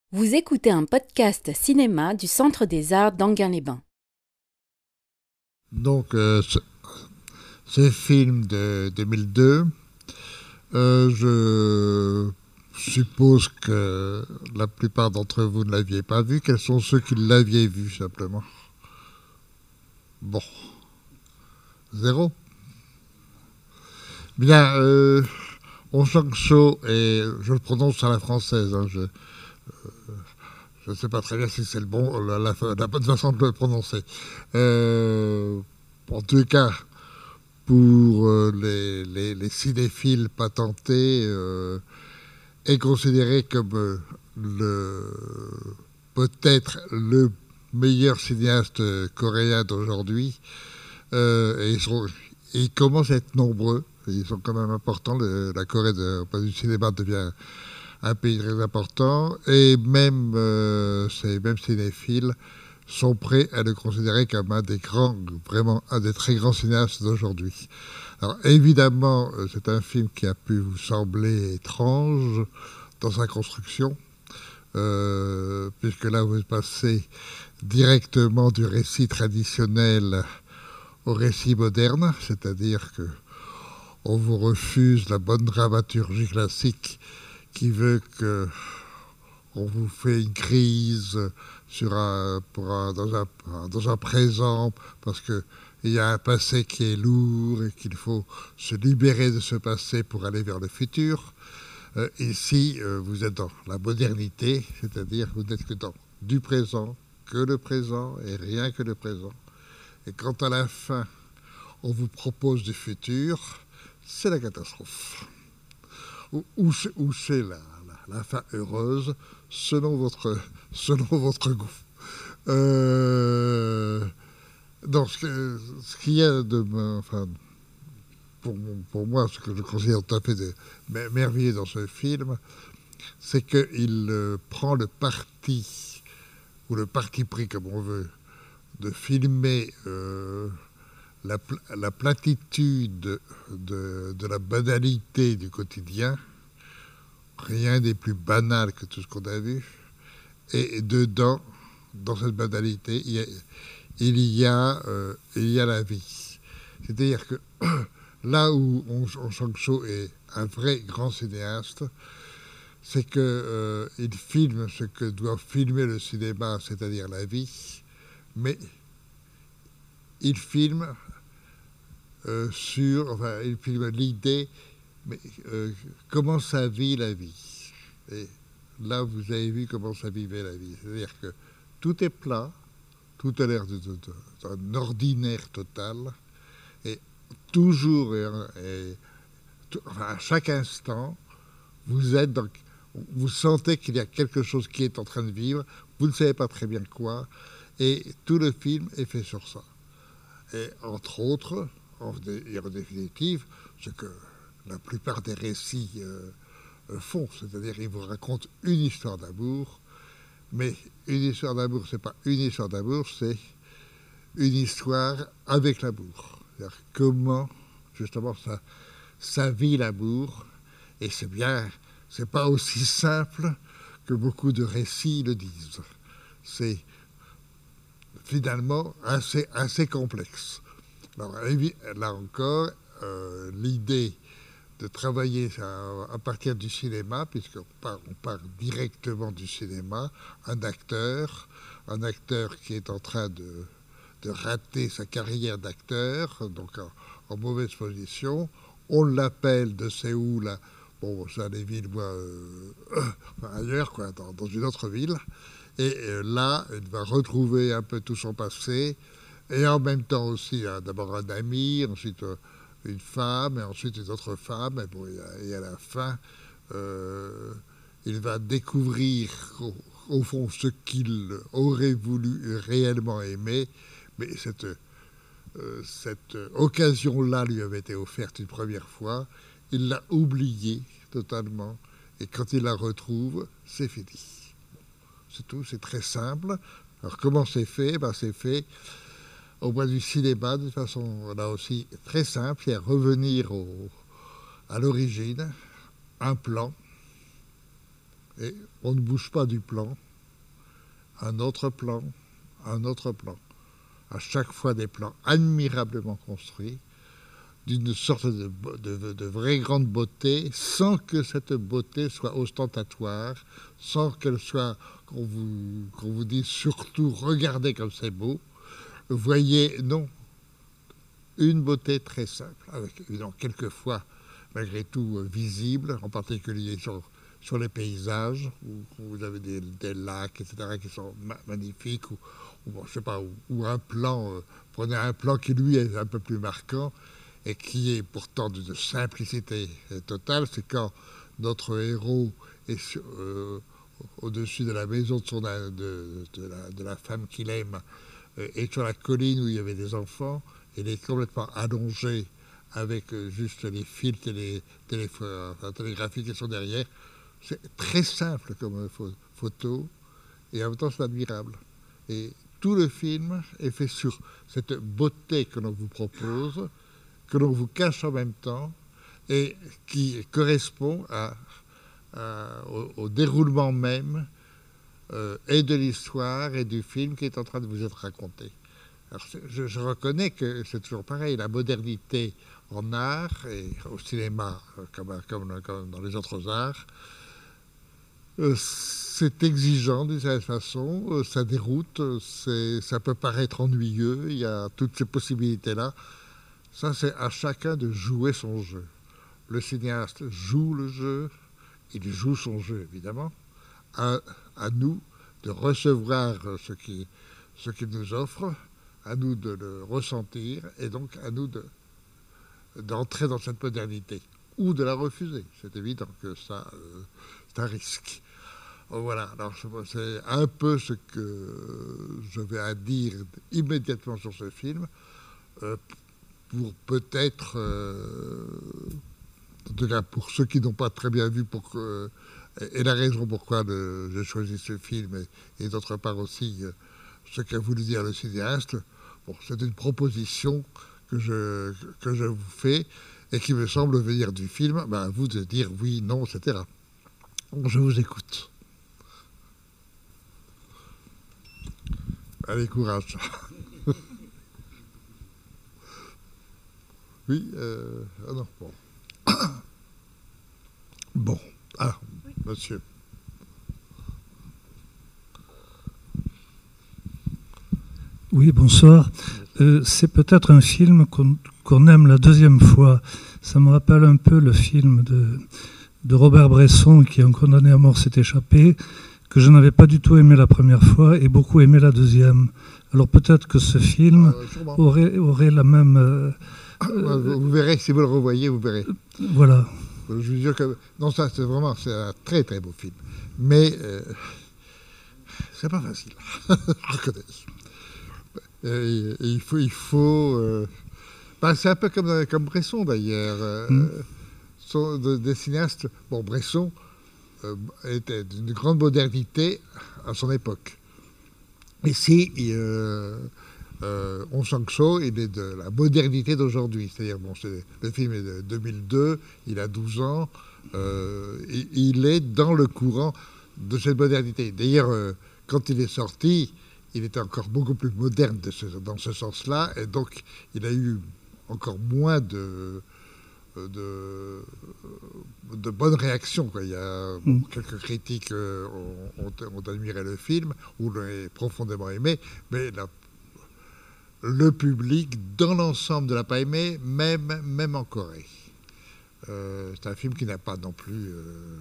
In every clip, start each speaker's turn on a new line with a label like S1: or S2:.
S1: Vous écoutez un podcast cinéma du Centre des Arts d'Enghien-les-Bains.
S2: Donc, ce film de 2002, je suppose que la plupart d'entre vous ne l'aviez pas vu. Quels sont ceux qui l'aviez vu, simplement? Bon, zéro. Bien, Hong Sang-soo, et je le prononce à la française, hein, je ne sais pas très bien si c'est la bonne façon de le prononcer. En tout cas, pour les cinéphiles patentés, est considéré comme peut-être le meilleur cinéaste coréen d'aujourd'hui. Et ils commencent à être nombreux. Ils sont quand même importants. La Corée, au point de vue du cinéma, devient un pays très important. Et même ces mêmes cinéphiles sont prêts à le considérer comme un des grands, vraiment un des très grands cinéastes d'aujourd'hui. Alors évidemment, c'est un film qui a pu vous sembler étrange dans sa construction, puisque là vous passez directement du récit traditionnel au récit moderne, c'est-à-dire que on vous refuse la bonne dramaturgie classique qui veut que on vous fait une crise dans un présent parce que il y a un passé qui est lourd et qu'il faut se libérer de ce passé pour aller vers le futur. Ici, vous êtes dans la modernité, c'est-à-dire vous n'êtes que dans du présent, que le présent et rien que le présent. Et quand à la fin, on vous propose du futur, c'est la catastrophe. Ou c'est la fin heureuse, selon votre goût. Donc, ce qu'il y a pour moi, ce que je considère tout à fait merveilleux dans ce film, c'est qu'il prend le parti, ou le parti pris comme on veut, de filmer la platitude de la banalité du quotidien. Rien n'est plus banal que tout ce qu'on a vu. Et dedans, dans cette banalité, il y a la vie. C'est-à-dire que là où Hong Sang-soo est un vrai grand cinéaste, c'est qu'il filme ce que doit filmer le cinéma, c'est-à-dire la vie, mais il filme il filme l'idée, mais comment ça vit la vie. Et là, vous avez vu comment ça vivait la vie. C'est-à-dire que tout est plat, tout a l'air d'un ordinaire total, et toujours, à chaque instant, vous sentez qu'il y a quelque chose qui est en train de vivre, vous ne savez pas très bien quoi, et tout le film est fait sur ça. Et entre autres, en définitive, ce que la plupart des récits font, c'est-à-dire ils vous racontent une histoire d'amour, mais une histoire d'amour, c'est pas une histoire d'amour, c'est une histoire avec l'amour. C'est-à-dire comment, justement, ça vit l'amour, et c'est pas aussi simple que beaucoup de récits le disent. C'est finalement assez complexe. Alors, là encore, l'idée de travailler à partir du cinéma, puisqu'on part directement du cinéma, un acteur qui est en train de rater sa carrière d'acteur, donc en mauvaise position, on l'appelle de Séoul, bon, c'est des villes, ailleurs, quoi, dans une autre ville, et là, il va retrouver un peu tout son passé, et en même temps aussi, d'abord un ami, ensuite une femme, et ensuite une autre femme, et à la fin, il va découvrir au fond ce qu'il aurait voulu réellement aimer, mais cette occasion-là lui avait été offerte une première fois, il l'a oubliée totalement, et quand il la retrouve, c'est fini. C'est tout, c'est très simple. Alors comment c'est fait? C'est fait au point du cinéma, de façon là aussi très simple, c'est revenir à l'origine, un plan, Et on ne bouge pas du plan. Un autre plan, un autre plan. À chaque fois des plans admirablement construits, d'une sorte de vraie grande beauté, sans que cette beauté soit ostentatoire, sans qu'elle soit, qu'on vous dise surtout, regardez comme c'est beau. Voyez, non, une beauté très simple, avec évidemment quelquefois, malgré tout, visible, en particulier sur les paysages, où vous avez des lacs, etc., qui sont magnifiques, ou bon, je sais pas, ou un plan, prenez un plan qui lui est un peu plus marquant, et qui est pourtant d'une simplicité totale, c'est quand notre héros est au-dessus de la maison de la femme qu'il aime, et sur la colline où il y avait des enfants, il est complètement allongé avec juste les fils télégraphiques qui sont derrière. C'est très simple comme photo, et en même temps c'est admirable. Et tout le film est fait sur cette beauté que l'on vous propose, que l'on vous cache en même temps, et qui correspond au déroulement même et de l'histoire et du film qui est en train de vous être raconté. Alors, je reconnais que c'est toujours pareil, la modernité en art, et au cinéma comme dans les autres arts, c'est exigeant d'une certaine façon, ça déroute, ça peut paraître ennuyeux, il y a toutes ces possibilités-là. Ça, c'est à chacun de jouer son jeu. Le cinéaste joue le jeu, il joue son jeu, évidemment. À nous de recevoir ce qu'il nous offre, à nous de le ressentir, et donc à nous d'entrer dans cette modernité, ou de la refuser. C'est évident que ça, c'est un risque. Voilà, alors c'est un peu ce que je vais à dire immédiatement sur ce film, pour peut-être, en tout cas pour ceux qui n'ont pas très bien vu, et la raison pourquoi j'ai choisi ce film, et d'autre part aussi ce qu'a voulu dire le cinéaste. Bon, c'est une proposition que je vous fais et qui me semble venir du film. Ben, à vous de dire oui, non, etc. Bon, je vous écoute. Allez, courage. Oui, ah non, bon. Bon, ah, oui. Monsieur.
S3: Oui, bonsoir. C'est peut-être un film qu'on aime la deuxième fois. Ça me rappelle un peu le film de Robert Bresson, qui, un condamné à mort, s'est échappé, que je n'avais pas du tout aimé la première fois et beaucoup aimé la deuxième. Alors peut-être que ce film aurait la même...
S2: vous verrez, si vous le revoyez, vous verrez.
S3: Voilà.
S2: Je vous jure que... Non, ça, c'est un très très beau film. Mais c'est pas facile. Je reconnais. Il faut c'est un peu comme Bresson, d'ailleurs. Des cinéastes... Bon, Bresson était d'une grande modernité à son époque. Ici, On Sang-so, il est de la modernité d'aujourd'hui. C'est-à-dire, bon, le film est de 2002, il a 12 ans, il est dans le courant de cette modernité. D'ailleurs, quand il est sorti, il était encore beaucoup plus moderne dans ce sens-là, et donc il a eu encore moins de bonnes réactions, quoi. Il y a quelques critiques ont admiré le film, ou l'ont profondément aimé, mais le public, dans l'ensemble, ne l'a pas aimé, même en Corée. C'est un film qui n'a pas non plus...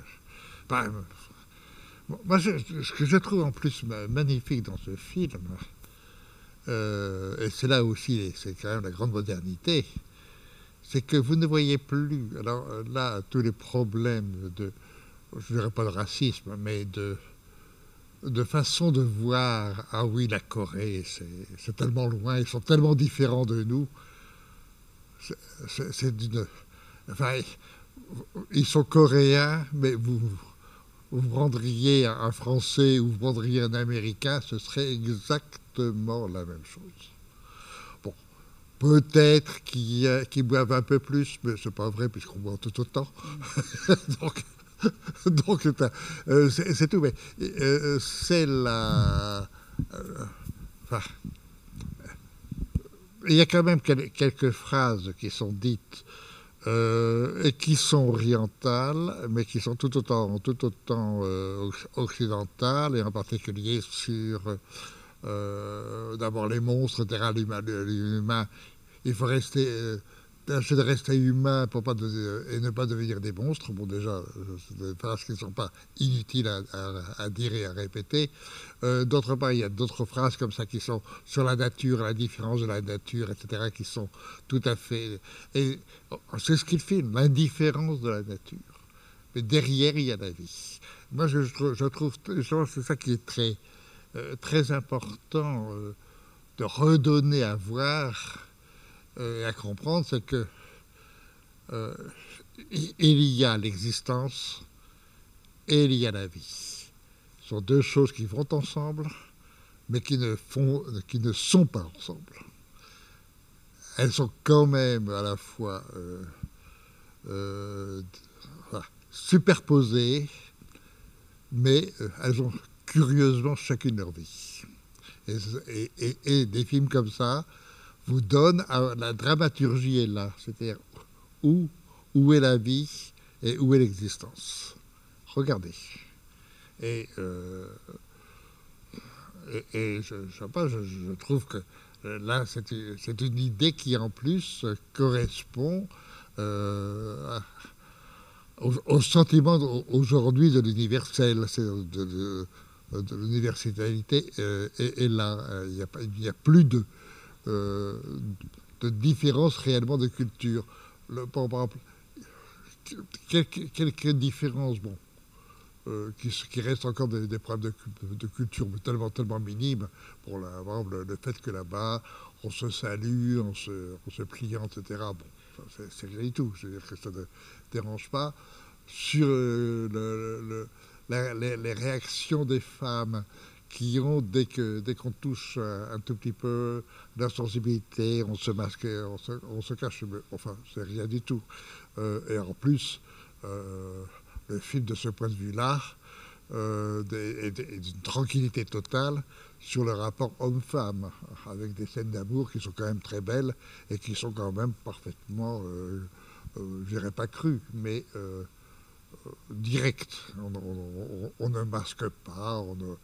S2: moi, ce que je trouve en plus magnifique dans ce film, et c'est là aussi, c'est quand même la grande modernité, c'est que vous ne voyez plus, alors là, tous les problèmes je ne dirais pas de racisme, mais de façon de voir, ah oui, la Corée, c'est tellement loin, ils sont tellement différents de nous. Enfin, ils sont coréens, mais vous prendriez un Français ou vous prendriez un Américain, ce serait exactement la même chose. Bon, peut-être qu'ils boivent un peu plus, mais c'est pas vrai puisqu'on boit tout autant. Donc, Donc, c'est tout. Mais c'est la... enfin, il y a quand même quelques phrases qui sont dites et qui sont orientales, mais qui sont tout autant occidentales, et en particulier sur d'abord les monstres derrière l'humain. Il faut tâcher de rester humain pour et ne pas devenir des monstres. Bon, déjà, c'est des phrases qui ne sont pas inutiles à dire et à répéter. D'autre part, il y a d'autres phrases comme ça qui sont sur la nature, la différence de la nature, etc., qui sont tout à fait... Et c'est ce qu'il filme, l'indifférence de la nature. Mais derrière, il y a la vie. Moi, je trouve justement, c'est ça qui est très important de redonner à voir et à comprendre, c'est que il y a l'existence et il y a la vie. Ce sont deux choses qui vont ensemble, mais qui ne sont pas ensemble. Elles sont quand même à la fois superposées, mais elles ont curieusement chacune leur vie. Et des films comme ça vous donnent, la dramaturgie est là, c'est-à-dire où est la vie et où est l'existence. Regardez. Et je trouve que là, c'est une idée qui, en plus, correspond au sentiment aujourd'hui de l'universel, de l'universalité est là. Il n'y a plus de différence réellement de culture. Par exemple, quelques différences, bon, qui restent encore des problèmes de culture tellement minimes. Pour par exemple, le fait que là-bas, on se salue, on se pliante, etc. Bon, c'est rien du tout. Je veux dire que ça ne dérange pas. Sur les réactions des femmes qui ont, dès qu'on touche un tout petit peu la sensibilité, on se masque, on se cache. Enfin, c'est rien du tout. Et en plus, le film, de ce point de vue-là, est d'une tranquillité totale sur le rapport homme-femme, avec des scènes d'amour qui sont quand même très belles et qui sont quand même parfaitement, je dirais pas crues, mais directes. On ne masque pas,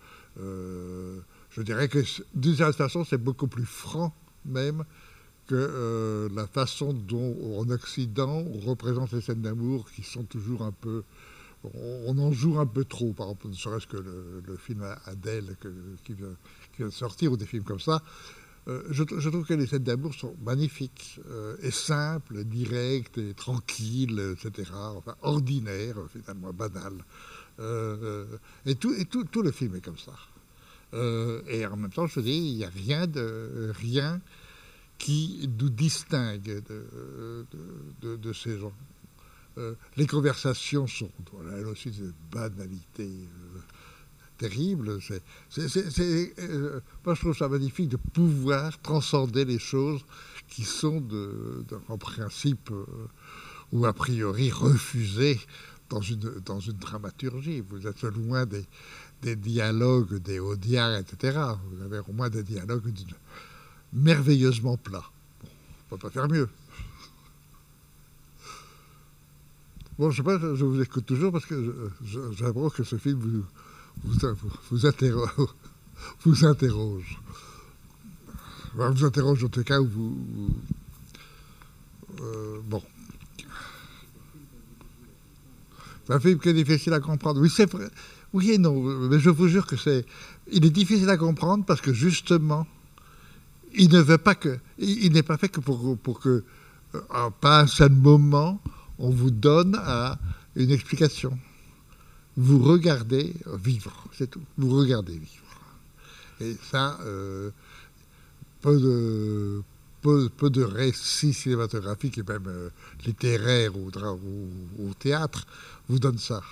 S2: je dirais que d'une certaine façon, c'est beaucoup plus franc même que la façon dont en Occident on représente les scènes d'amour qui sont toujours un peu... On en joue un peu trop, par exemple, ne serait-ce que le film Adèle qui vient de sortir, ou des films comme ça. Je trouve que les scènes d'amour sont magnifiques, et simples, directes, et tranquilles, etc. Enfin, ordinaires, finalement, banales. Et tout le film est comme ça. Et en même temps, je dis, il n'y a rien qui nous distingue de ces gens. Les conversations sont, voilà, elles aussi, des banalités terribles. Moi, je trouve ça magnifique de pouvoir transcender les choses qui sont, en principe, ou a priori, refusées dans une dramaturgie. Vous êtes loin des dialogues, des Audiards, etc. Vous avez au moins des dialogues merveilleusement plats. Bon, on ne peut pas faire mieux. Bon, je sais pas, je vous écoute toujours parce que j'apprends que ce film vous interroge. Vous interroge. Enfin, vous interroge en tout cas où bon. C'est un film qui est difficile à comprendre. Oui, c'est vrai. Oui et non, mais je vous jure que il est difficile à comprendre parce que justement, il n'est pas fait que pour que, pas un seul moment, on vous donne une explication. Vous regardez vivre, c'est tout. Vous regardez vivre. Et ça, peu de récits cinématographiques et même littéraires ou au théâtre vous donnent ça.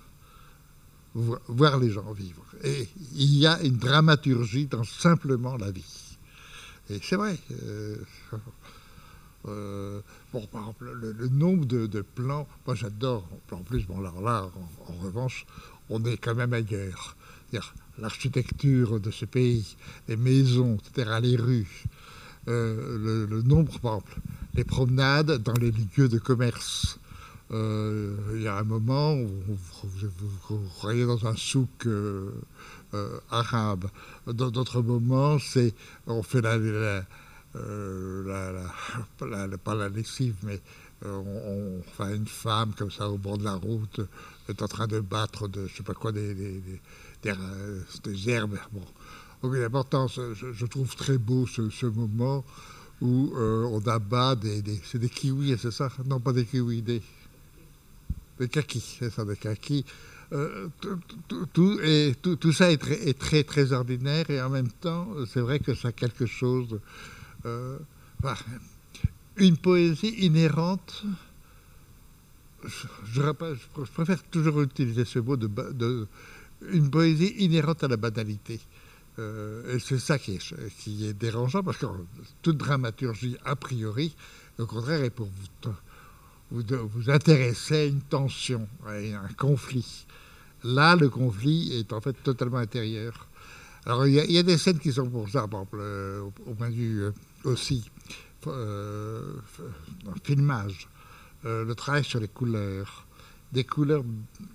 S2: Voir les gens vivre. Et il y a une dramaturgie dans simplement la vie. Et c'est vrai. Bon, par exemple, le nombre de plans, moi j'adore. En plus, bon, alors là, en revanche, on est quand même ailleurs. C'est-à-dire l'architecture de ce pays, les maisons, etc., les rues, le nombre, par exemple, les promenades dans les lieux de commerce. Il y a un moment où vous croyez dans un souk arabe. Dans d'autres moments, on fait pas la lessive, mais enfin, une femme comme ça au bord de la route est en train de battre je sais pas quoi, des herbes. Bon. Donc l'important, je trouve très beau ce moment où on abat c'est des kiwis, c'est ça? Non, pas des kiwis, des kakis, c'est ça, des kakis. Tout ça est très, très ordinaire et en même temps, c'est vrai que ça a quelque chose. Enfin, une poésie inhérente. Je préfère toujours utiliser ce mot une poésie inhérente à la banalité. Et c'est ça qui est dérangeant parce que toute dramaturgie, a priori, au contraire, est pour vous intéresser à une tension, à un conflit. Là, le conflit est en fait totalement intérieur. Alors, il y a des scènes qui sont pour ça, par exemple, au point de vue aussi filmage, le travail sur les couleurs, des couleurs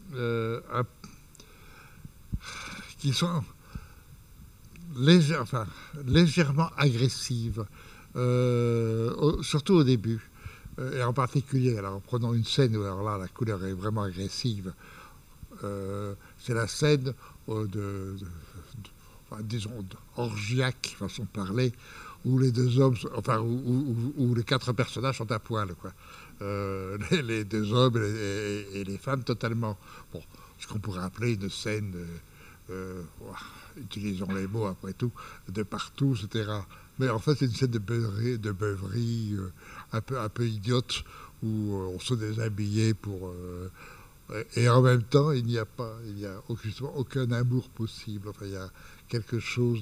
S2: qui sont légèrement agressives, surtout au début. Et en particulier, alors prenons une scène où alors là, la couleur est vraiment agressive. C'est la scène disons, orgiaque, façon de parler, où les deux hommes, enfin, où les quatre personnages sont à poil, quoi. Les deux hommes et les femmes totalement. Bon, ce qu'on pourrait appeler une scène, utilisons les mots après tout, de partout, etc. Mais en fait, c'est une scène de beuverie un peu idiote, où on se déshabillait pour... et en même temps, il n'y a aucun amour possible. Enfin, il y a quelque chose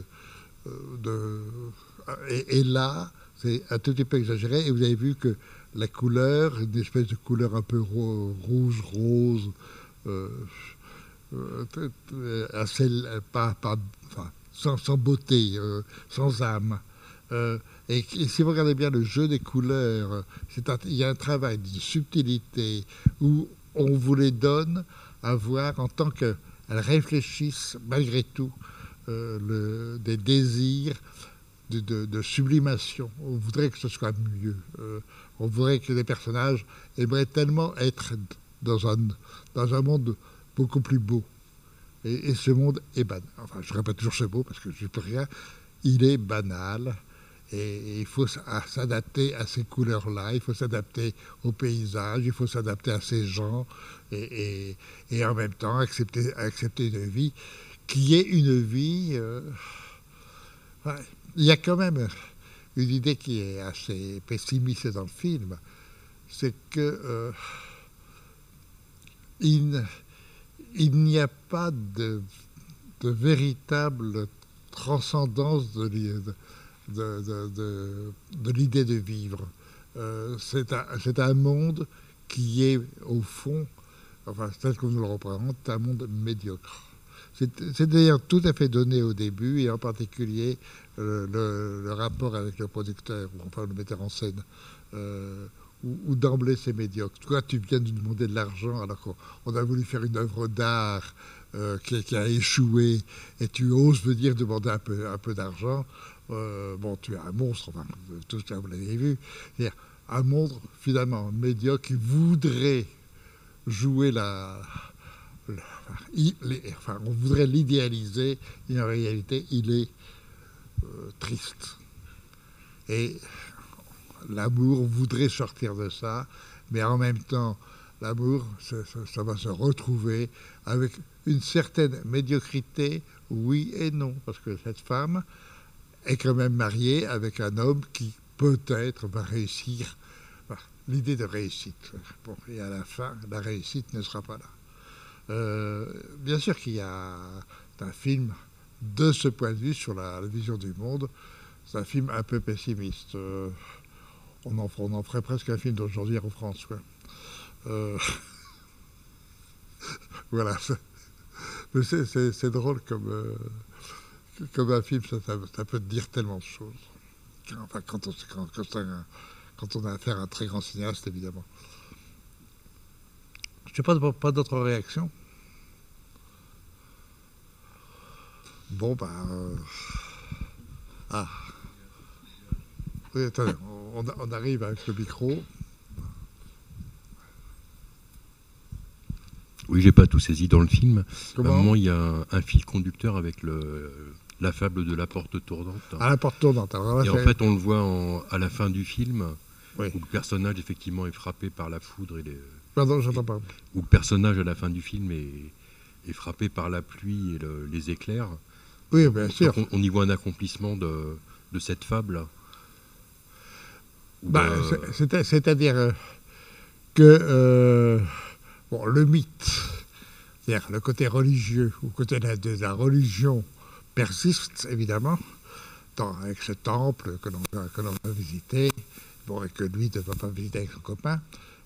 S2: et là, c'est un tout petit peu exagéré. Et vous avez vu que la couleur, une espèce de couleur un peu rouge, rose, sans beauté, sans âme. Et si vous regardez bien le jeu des couleurs, il y a un travail de subtilité où on vous les donne à voir en tant qu'elles réfléchissent malgré tout des désirs de sublimation. On voudrait que ce soit mieux. On voudrait que les personnages aimeraient tellement être dans un monde beaucoup plus beau. Et ce monde est banal. Enfin, je répète toujours ce mot parce que je ne peux rien. Il est banal. Et il faut s'adapter à ces couleurs-là, il faut s'adapter au paysage, il faut s'adapter à ces gens, et en même temps accepter une vie qui est une vie... Ouais. Il y a quand même une idée qui est assez pessimiste dans le film, c'est que il n'y a pas de véritable transcendance de l'idée de vivre. C'est un monde qui est, au fond, enfin, tel que nous le représente, un monde médiocre. C'est d'ailleurs tout à fait donné au début, et en particulier le rapport avec le producteur, ou enfin le metteur en scène, où d'emblée c'est médiocre. Toi, tu viens de nous demander de l'argent, alors qu'on a voulu faire une œuvre d'art qui a échoué, et tu oses venir demander un peu d'argent. Bon, tu es un monstre, enfin, tout ça vous l'avez vu. C'est-à-dire un monstre finalement médiocre qui voudrait jouer on voudrait l'idéaliser, et en réalité, il est triste. Et l'amour voudrait sortir de ça, mais en même temps, l'amour, ça va se retrouver avec une certaine médiocrité, oui et non, parce que cette femme est quand même mariée avec un homme qui peut-être va réussir. Enfin, l'idée de réussite. Bon, et à la fin, la réussite ne sera pas là. Bien sûr qu'il y a un film de ce point de vue sur la vision du monde. C'est un film un peu pessimiste. on en ferait presque un film d'aujourd'hui en France, quoi. Voilà. Mais c'est drôle comme un film, ça peut te dire tellement de choses. Enfin, quand on a affaire à un très grand cinéaste, évidemment. Je n'ai pas d'autres réactions. Bon, ah. Oui, attendez, on arrive avec le micro.
S4: Oui, j'ai pas tout saisi dans le film. À un
S2: Comment ?
S4: moment, il y a un fil conducteur avec la fable de la porte tournante.
S2: À la porte tournante. Alors là,
S4: et en fait, on le voit à la fin du film,
S2: oui.
S4: où le personnage, effectivement, est frappé par la foudre.
S2: Pardon, j'entends pas.
S4: Où le personnage, à la fin du film, est frappé par la pluie et les éclairs.
S2: Oui, bien sûr.
S4: On y voit un accomplissement de cette fable.
S2: C'est-à-dire que bon, le mythe, c'est-à-dire le côté religieux, ou le côté de la religion persiste, évidemment, avec ce temple que l'on va visiter, bon, et que lui ne va pas visiter avec son copain.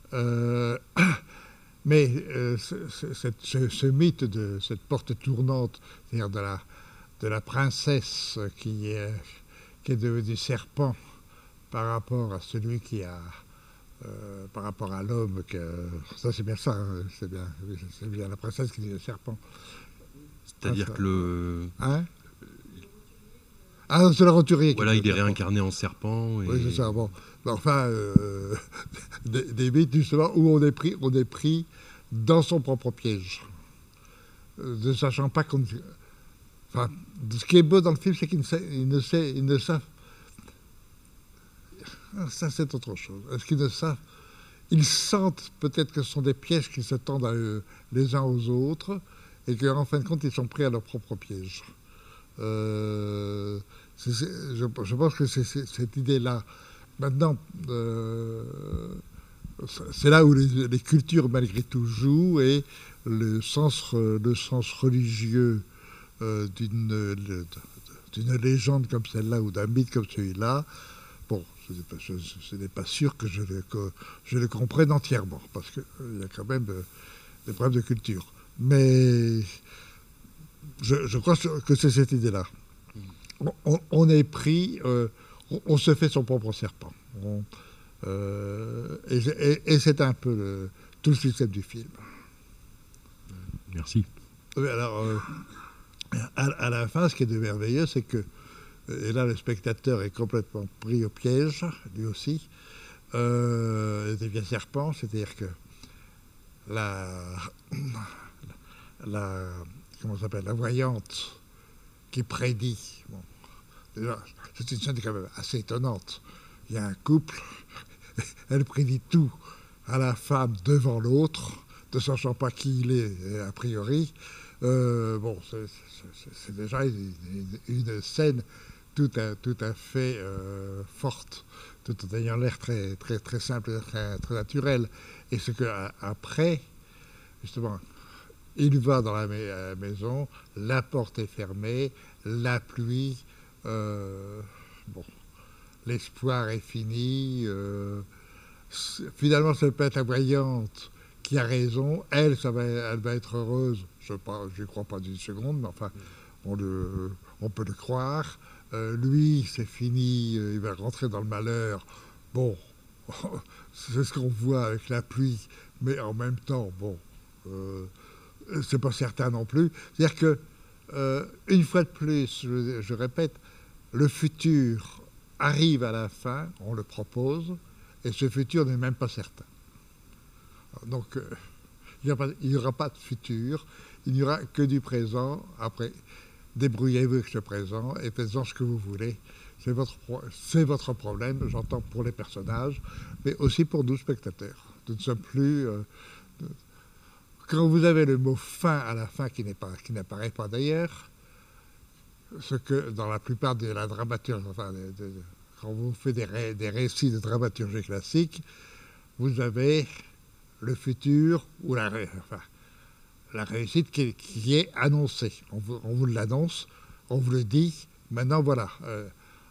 S2: Mais ce mythe de cette porte tournante, c'est-à-dire de la princesse qui est devenue serpent par rapport à celui qui a... par rapport à l'homme, ça c'est bien ça, hein, c'est bien la princesse qui dit le serpent.
S4: C'est-à-dire que le...
S2: Hein? Ah, c'est le roturier.
S4: Voilà, il est réincarné en serpent. Et...
S2: Oui, c'est ça. Bon. Enfin, des mythes justement où on est pris dans son propre piège, ne sachant pas qu'on... Enfin, ce qui est beau dans le film, c'est qu'il ne savent... Ça, c'est autre chose. Est-ce qu'ils ne savent... Ils sentent peut-être que ce sont des pièges qui se tendent les uns aux autres et qu'en fin de compte, ils sont pris à leur propre piège. Je pense que c'est cette idée-là. Maintenant, c'est là où les cultures, malgré tout, jouent et le sens religieux d'une légende comme celle-là ou d'un mythe comme celui-là, bon, ce n'est pas sûr que je le comprenne entièrement, parce qu'il y a quand même des problèmes de culture. Mais je crois que c'est cette idée-là. On est pris, on se fait son propre serpent. Et c'est un peu tout le système du film.
S4: Merci.
S2: Alors, à la fin, ce qui est de merveilleux, c'est que, et là le spectateur est complètement pris au piège, lui aussi, il devient serpent, c'est-à-dire que comment ça s'appelle, la voyante qui prédit, bon, déjà, c'est une scène quand même assez étonnante. Il y a un couple, elle prédit tout à la femme devant l'autre, ne sachant pas qui il est a priori. Bon, c'est déjà une scène tout à fait forte, tout en ayant l'air très, très, très simple, très, très naturel. Et ce qu'après, justement, il va dans la maison, la porte est fermée, la pluie, bon, l'espoir est fini. Finalement, ça peut être la voyante qui a raison. Elle va être heureuse. Je ne crois pas d'une seconde, mais enfin, on peut le croire. Lui, c'est fini, il va rentrer dans le malheur. Bon, c'est ce qu'on voit avec la pluie, mais en même temps, bon, c'est pas certain non plus. C'est-à-dire que, une fois de plus, je répète, le futur arrive à la fin, on le propose, et ce futur n'est même pas certain. Donc, il n'y aura pas de futur, il n'y aura que du présent. Après, débrouillez-vous avec ce présent et faites-en ce que vous voulez. C'est votre problème, j'entends, pour les personnages, mais aussi pour nous, spectateurs. Nous ne sommes plus... quand vous avez le mot « fin » à la fin, qui n'apparaît pas d'ailleurs, ce que dans la plupart de la dramaturgie, enfin, quand vous faites des récits de dramaturgie classique, vous avez le futur ou la réussite qui est annoncée. On vous l'annonce, on vous le dit. Maintenant, voilà,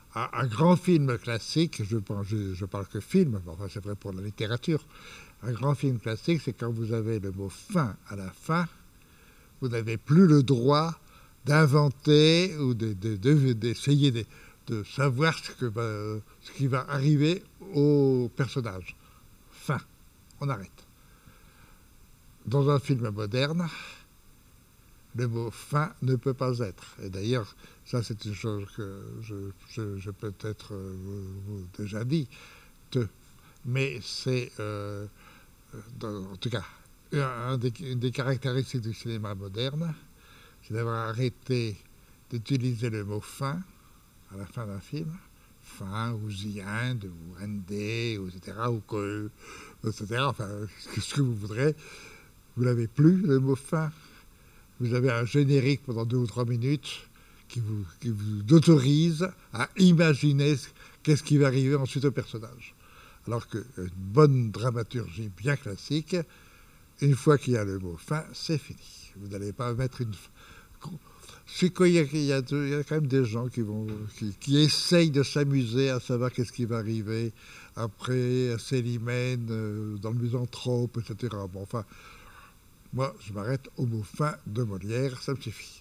S2: Un grand film classique, je parle que film, enfin c'est vrai pour la littérature, un grand film classique, c'est quand vous avez le mot fin à la fin, vous n'avez plus le droit d'inventer ou d'essayer de savoir ce qui va arriver au personnage. Fin, on arrête. Dans un film moderne, le mot fin ne peut pas être. Et d'ailleurs, ça c'est une chose que je peut-être vous déjà dit, mais c'est en tout cas une des caractéristiques du cinéma moderne, c'est d'avoir arrêté d'utiliser le mot fin à la fin d'un film, fin ou the end ou endé, etc. ou que, etc. Enfin, ce que vous voudrez, vous n'avez plus le mot fin. Vous avez un générique pendant 2 ou 3 minutes qui vous autorise à imaginer qu'est-ce qui va arriver ensuite au personnage. Alors qu'une bonne dramaturgie bien classique, une fois qu'il y a le mot fin, c'est fini. Vous n'allez pas mettre une... C'est qu'il y a quand même des gens qui essayent de s'amuser à savoir qu'est-ce qui va arriver après Célimène, dans le Misanthrope, etc. Bon, enfin... Moi, je m'arrête au mot fin de Molière, ça me suffit.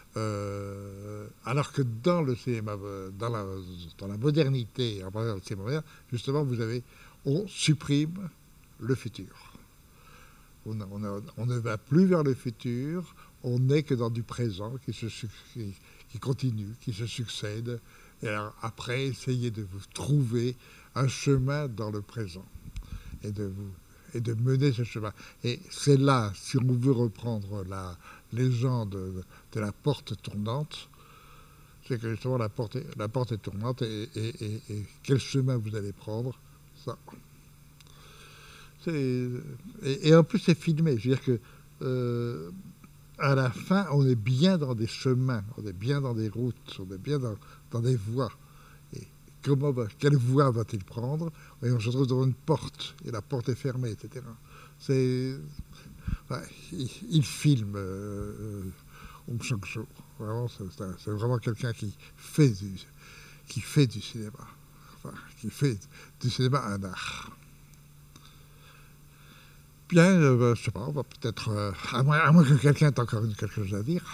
S2: Alors que dans le cinéma, dans la modernité, en parlant du cinéma moderne, justement, on supprime le futur. On ne va plus vers le futur, on n'est que dans du présent qui continue, qui se succède. Et alors, après, essayez de vous trouver un chemin dans le présent et de mener ce chemin. Et c'est là, si on veut reprendre la légende de la porte tournante, c'est que justement la porte est tournante et quel chemin vous allez prendre, ça. Et en plus c'est filmé, je veux dire que à la fin on est bien dans des chemins, on est bien dans des routes, on est bien dans des voies. Quelle voie va-t-il prendre? Et on se retrouve devant une porte, et la porte est fermée, etc. Il filme chaque jour. Vraiment, c'est vraiment quelqu'un qui fait du cinéma. Enfin, qui fait du cinéma un art. Bien, je ne sais pas, on va peut-être... à moins que quelqu'un ait encore quelque chose à dire.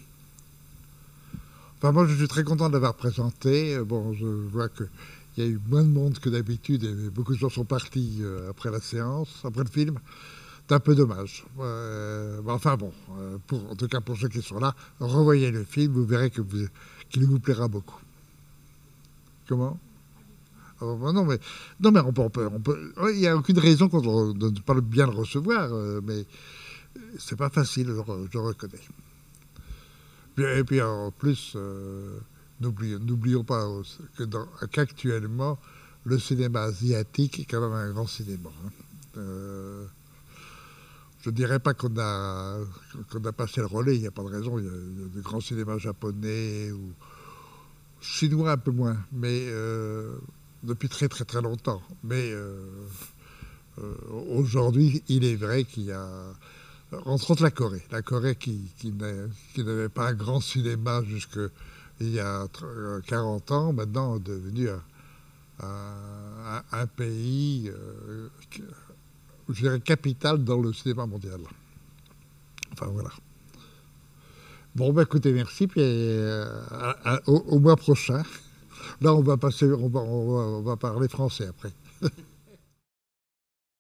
S2: Enfin, moi, je suis très content de l'avoir présenté. Bon, je vois qu'il y a eu moins de monde que d'habitude et beaucoup de gens sont partis après la séance, après le film. C'est un peu dommage. Enfin bon, en tout cas pour ceux qui sont là, revoyez le film, vous verrez qu'il vous plaira beaucoup. Comment ? Non, mais on peut. Il n'y a aucune raison de ne pas bien le recevoir, mais c'est pas facile, je reconnais. Et puis en plus, n'oublions pas qu'actuellement, le cinéma asiatique est quand même un grand cinéma. Je ne dirais pas qu'on a passé le relais, il n'y a pas de raison. Il y a des grands cinémas japonais ou chinois un peu moins, mais depuis très très très longtemps. Mais aujourd'hui, il est vrai qu'il y a... Entre autres la Corée qui n'avait pas un grand cinéma jusqu'il y a 40 ans, maintenant est devenu un pays, je dirais, capital dans le cinéma mondial. Enfin voilà. Bon, écoutez, merci, puis au mois prochain. Là, on va parler français après.